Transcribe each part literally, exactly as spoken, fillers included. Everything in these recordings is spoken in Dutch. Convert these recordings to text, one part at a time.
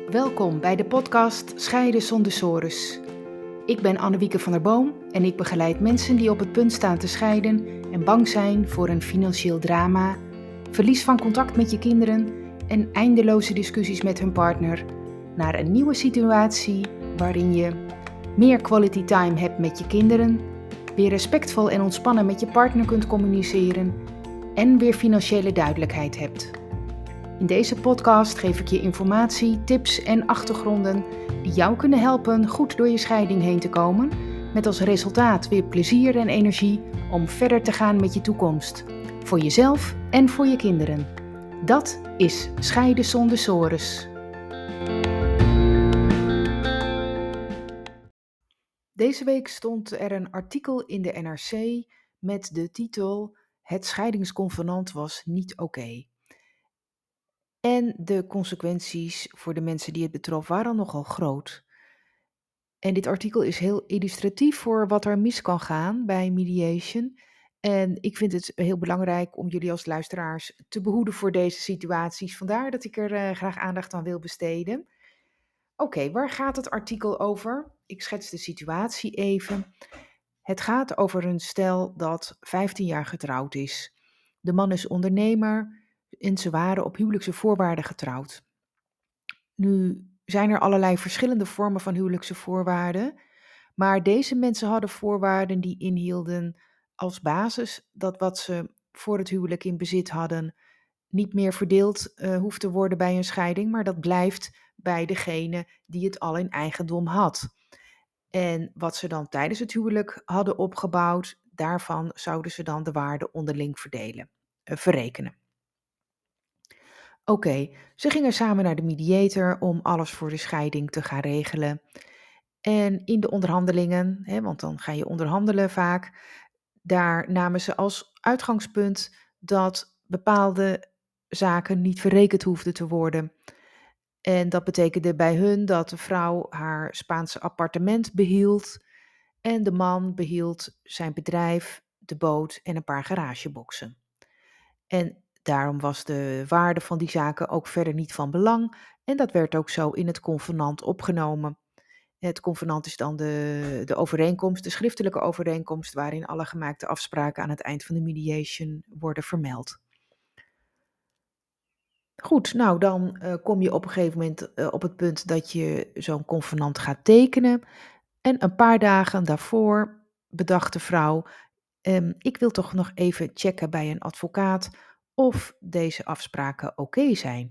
Welkom bij de podcast Scheiden zonder sores. Ik ben Annewieke van der Boom en ik begeleid mensen die op het punt staan te scheiden en bang zijn voor een financieel drama, verlies van contact met je kinderen en eindeloze discussies met hun partner naar een nieuwe situatie waarin je meer quality time hebt met je kinderen, weer respectvol en ontspannen met je partner kunt communiceren en weer financiële duidelijkheid hebt. In deze podcast geef ik je informatie, tips en achtergronden die jou kunnen helpen goed door je scheiding heen te komen, met als resultaat weer plezier en energie om verder te gaan met je toekomst. Voor jezelf en voor je kinderen. Dat is Scheiden zonder sores. Deze week stond er een artikel in de N R C met de titel Het scheidingsconvenant was niet oké. Okay. En de consequenties voor de mensen die het betrof waren nogal groot. En dit artikel is heel illustratief voor wat er mis kan gaan bij mediation. En ik vind het heel belangrijk om jullie als luisteraars te behoeden voor deze situaties. Vandaar dat ik er uh, graag aandacht aan wil besteden. Oké, okay, waar gaat het artikel over? Ik schets de situatie even. Het gaat over een stel dat vijftien jaar getrouwd is. De man is ondernemer en ze waren op huwelijkse voorwaarden getrouwd. Nu zijn er allerlei verschillende vormen van huwelijkse voorwaarden, maar deze mensen hadden voorwaarden die inhielden als basis dat wat ze voor het huwelijk in bezit hadden niet meer verdeeld uh, hoeft te worden bij een scheiding, maar dat blijft bij degene die het al in eigendom had. En wat ze dan tijdens het huwelijk hadden opgebouwd, daarvan zouden ze dan de waarde onderling verdelen, uh, verrekenen. Oké, okay, ze gingen samen naar de mediator om alles voor de scheiding te gaan regelen. En in de onderhandelingen, hè, want dan ga je onderhandelen vaak, daar namen ze als uitgangspunt dat bepaalde zaken niet verrekend hoefden te worden. En dat betekende bij hun dat de vrouw haar Spaanse appartement behield en de man behield zijn bedrijf, de boot en een paar garageboxen. En daarom was de waarde van die zaken ook verder niet van belang en dat werd ook zo in het convenant opgenomen. Het convenant is dan de, de overeenkomst, de schriftelijke overeenkomst waarin alle gemaakte afspraken aan het eind van de mediation worden vermeld. Goed, nou dan uh, kom je op een gegeven moment uh, op het punt dat je zo'n convenant gaat tekenen. En een paar dagen daarvoor bedacht de vrouw, um, ik wil toch nog even checken bij een advocaat of deze afspraken oké okay zijn.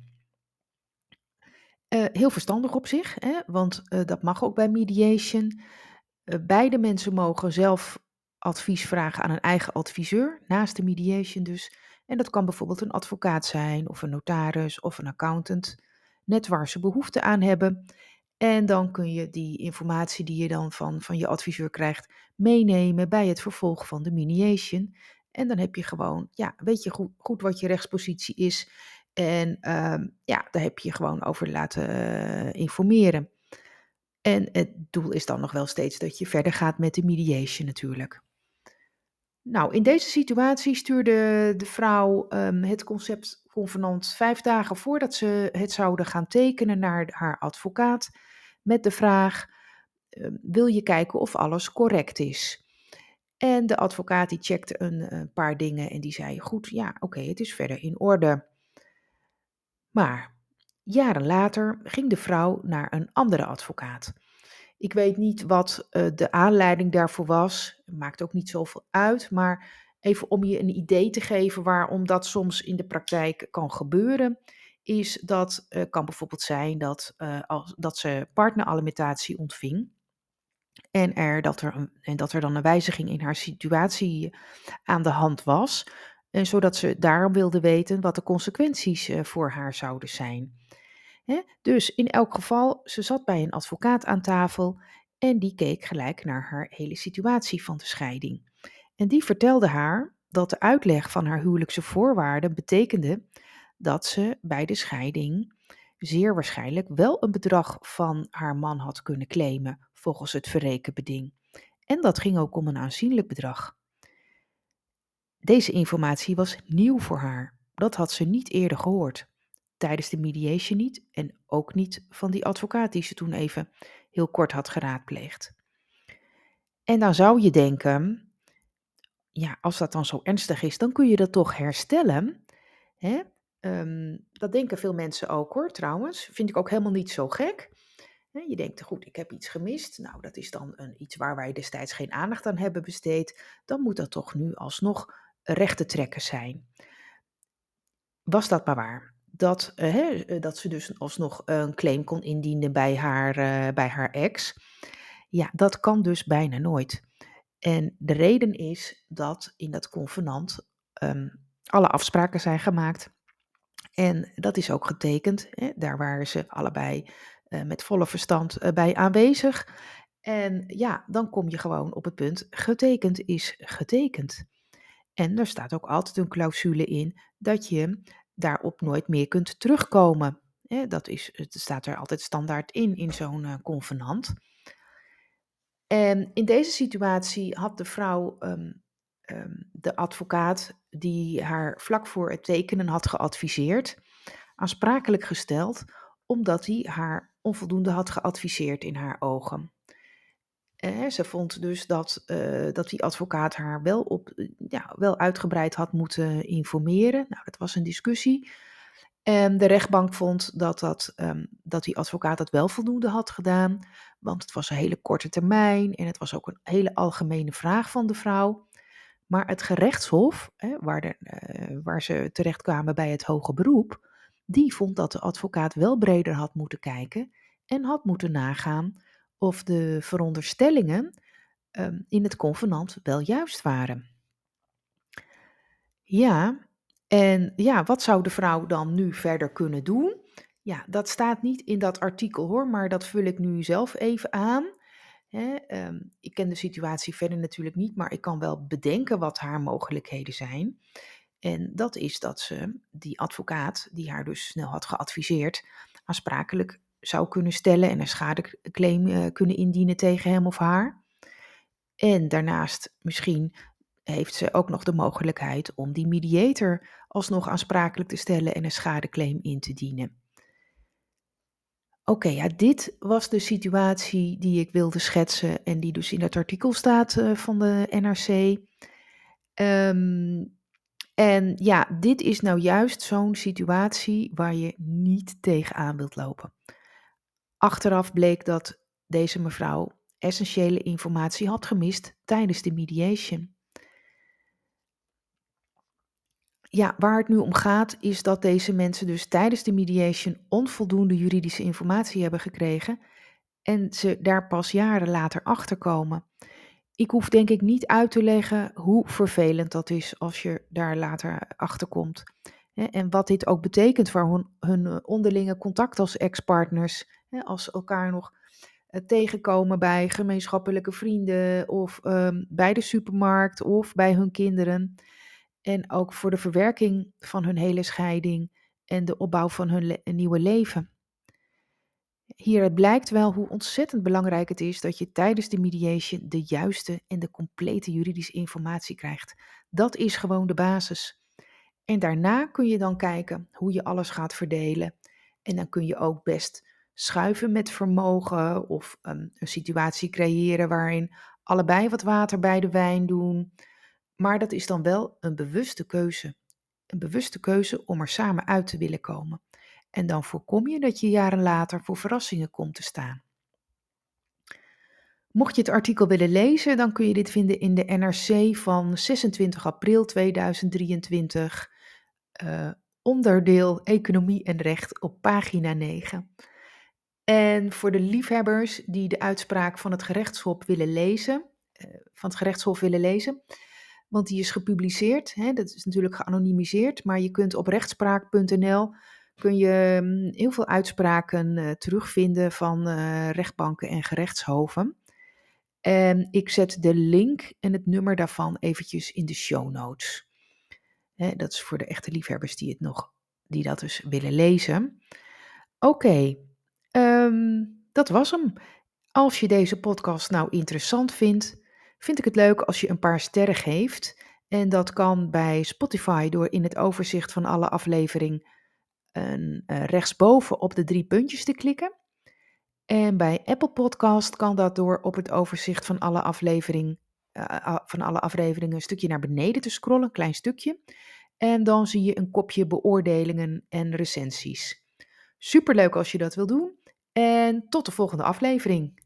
Uh, heel verstandig op zich, hè? Want uh, dat mag ook bij mediation. Uh, beide mensen mogen zelf advies vragen aan een eigen adviseur, naast de mediation dus. En dat kan bijvoorbeeld een advocaat zijn, of een notaris, of een accountant, net waar ze behoefte aan hebben. En dan kun je die informatie die je dan van, van je adviseur krijgt, meenemen bij het vervolg van de mediation. En dan heb je gewoon, ja, weet je goed, goed wat je rechtspositie is. En uh, ja, daar heb je je gewoon over laten uh, informeren. En het doel is dan nog wel steeds dat je verder gaat met de mediation natuurlijk. Nou, in deze situatie stuurde de vrouw um, het concept convenant vijf dagen voordat ze het zouden gaan tekenen naar haar advocaat met de vraag, um, wil je kijken of alles correct is? En de advocaat die checkte een, een paar dingen en die zei, goed, ja, oké, okay, het is verder in orde. Maar jaren later ging de vrouw naar een andere advocaat. Ik weet niet wat uh, de aanleiding daarvoor was. Het maakt ook niet zoveel uit. Maar even om je een idee te geven waarom dat soms in de praktijk kan gebeuren. Is dat, uh, kan bijvoorbeeld zijn dat, uh, als, dat ze partneralimentatie ontving. En, er, dat er een, en dat er dan een wijziging in haar situatie aan de hand was. En zodat ze daarom wilde weten wat de consequenties uh, voor haar zouden zijn. Hè? Dus in elk geval, ze zat bij een advocaat aan tafel en die keek gelijk naar haar hele situatie van de scheiding. En die vertelde haar dat de uitleg van haar huwelijkse voorwaarden betekende dat ze bij de scheiding zeer waarschijnlijk wel een bedrag van haar man had kunnen claimen volgens het verrekenbeding. En dat ging ook om een aanzienlijk bedrag. Deze informatie was nieuw voor haar. Dat had ze niet eerder gehoord. tijdens de mediation niet en ook niet van die advocaat die ze toen even heel kort had geraadpleegd. En dan zou je denken, ja, als dat dan zo ernstig is, dan kun je dat toch herstellen, hè? Ehm, dat denken veel mensen ook hoor, trouwens. Vind ik ook helemaal niet zo gek. Hè, je denkt, goed, ik heb iets gemist. Nou, dat is dan een, iets waar wij destijds geen aandacht aan hebben besteed. Dan moet dat toch nu alsnog recht te trekken zijn. Was dat maar waar. Dat, eh, hè, eh, dat ze dus alsnog een claim kon indienen bij haar, eh, bij haar ex. Ja, dat kan dus bijna nooit. En de reden is dat in dat convenant ehm, alle afspraken zijn gemaakt. En dat is ook getekend. Hè? Daar waren ze allebei eh, met volle verstand eh, bij aanwezig. En ja, dan kom je gewoon op het punt, getekend is getekend. En er staat ook altijd een clausule in dat je daarop nooit meer kunt terugkomen. Hè, dat is, het staat er altijd standaard in, in zo'n eh, convenant. En in deze situatie had de vrouw ehm, ehm, de advocaat die haar vlak voor het tekenen had geadviseerd, aansprakelijk gesteld, omdat hij haar onvoldoende had geadviseerd in haar ogen. Eh, ze vond dus dat, eh, dat die advocaat haar wel, op, eh, ja, wel uitgebreid had moeten informeren. Nou, dat was een discussie. En de rechtbank vond dat, dat, ehm, dat die advocaat dat wel voldoende had gedaan, want het was een hele korte termijn en het was ook een hele algemene vraag van de vrouw. Maar het gerechtshof, hè, waar, de, eh, waar ze terechtkwamen bij het hoge beroep, die vond dat de advocaat wel breder had moeten kijken en had moeten nagaan of de veronderstellingen ehm, in het convenant wel juist waren. Ja, en ja, wat zou de vrouw dan nu verder kunnen doen? Ja, dat staat niet in dat artikel hoor, maar dat vul ik nu zelf even aan. Hè, ehm, ik ken de situatie verder natuurlijk niet, maar ik kan wel bedenken wat haar mogelijkheden zijn. En dat is dat ze die advocaat, die haar dus snel had geadviseerd, aansprakelijk zou kunnen stellen en een schadeclaim eh, kunnen indienen tegen hem of haar. En daarnaast misschien heeft ze ook nog de mogelijkheid om die mediator alsnog aansprakelijk te stellen en een schadeclaim in te dienen. Oké, ja, dit was de situatie die ik wilde schetsen en die dus in het artikel staat eh, van de N R C. Ehm, en ja, dit is nou juist zo'n situatie waar je niet tegenaan wilt lopen. Achteraf bleek dat deze mevrouw essentiële informatie had gemist tijdens de mediation. Ja, waar het nu om gaat is dat deze mensen dus tijdens de mediation onvoldoende juridische informatie hebben gekregen en ze daar pas jaren later achter komen. Ik hoef denk ik niet uit te leggen hoe vervelend dat is als je daar later achter komt. Hè, en wat dit ook betekent voor hun, hun onderlinge contact als ex-partners. Hè, als ze elkaar nog eh, tegenkomen bij gemeenschappelijke vrienden of ehm, bij de supermarkt of bij hun kinderen. En ook voor de verwerking van hun hele scheiding en de opbouw van hun le- nieuwe leven. Hieruit blijkt wel hoe ontzettend belangrijk het is dat je tijdens de mediation de juiste en de complete juridische informatie krijgt. Dat is gewoon de basis. En daarna kun je dan kijken hoe je alles gaat verdelen. En dan kun je ook best schuiven met vermogen of um, een situatie creëren waarin allebei wat water bij de wijn doen. Maar dat is dan wel een bewuste keuze. Een bewuste keuze om er samen uit te willen komen. En dan voorkom je dat je jaren later voor verrassingen komt te staan. Mocht je het artikel willen lezen, dan kun je dit vinden in de N R C van zesentwintig april tweeduizend drieëntwintig, uh, onderdeel Economie en Recht op pagina negen. En voor de liefhebbers die de uitspraak van het gerechtshof willen lezen, uh, van het gerechtshof willen lezen, want die is gepubliceerd, hè, dat is natuurlijk geanonimiseerd, maar je kunt op rechtspraak punt n l kun je um, heel veel uitspraken uh, terugvinden van uh, rechtbanken en gerechtshoven. En ik zet de link en het nummer daarvan eventjes in de show notes. Hè, dat is voor de echte liefhebbers die, het nog, die dat dus willen lezen. Oké, okay, um, dat was hem. Als je deze podcast nou interessant vindt, vind ik het leuk als je een paar sterren geeft. En dat kan bij Spotify door in het overzicht van alle afleveringen een, uh, rechtsboven op de drie puntjes te klikken. En bij Apple Podcast kan dat door op het overzicht van alle, aflevering, uh, van alle afleveringen een stukje naar beneden te scrollen, een klein stukje. En dan zie je een kopje beoordelingen en recensies. Superleuk als je dat wil doen. En tot de volgende aflevering.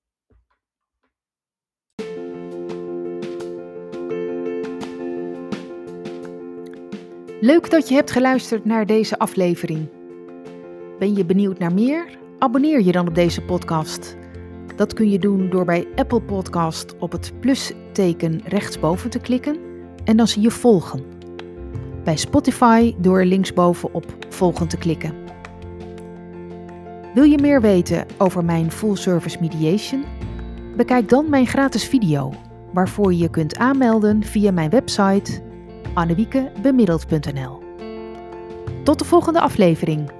Leuk dat je hebt geluisterd naar deze aflevering. Ben je benieuwd naar meer? Abonneer je dan op deze podcast. Dat kun je doen door bij Apple Podcast op het plusteken rechtsboven te klikken en dan zie je volgen. Bij Spotify door linksboven op volgen te klikken. Wil je meer weten over mijn full service mediation? Bekijk dan mijn gratis video, waarvoor je je kunt aanmelden via mijn website annewiekebemiddeld punt n l. Tot de volgende aflevering.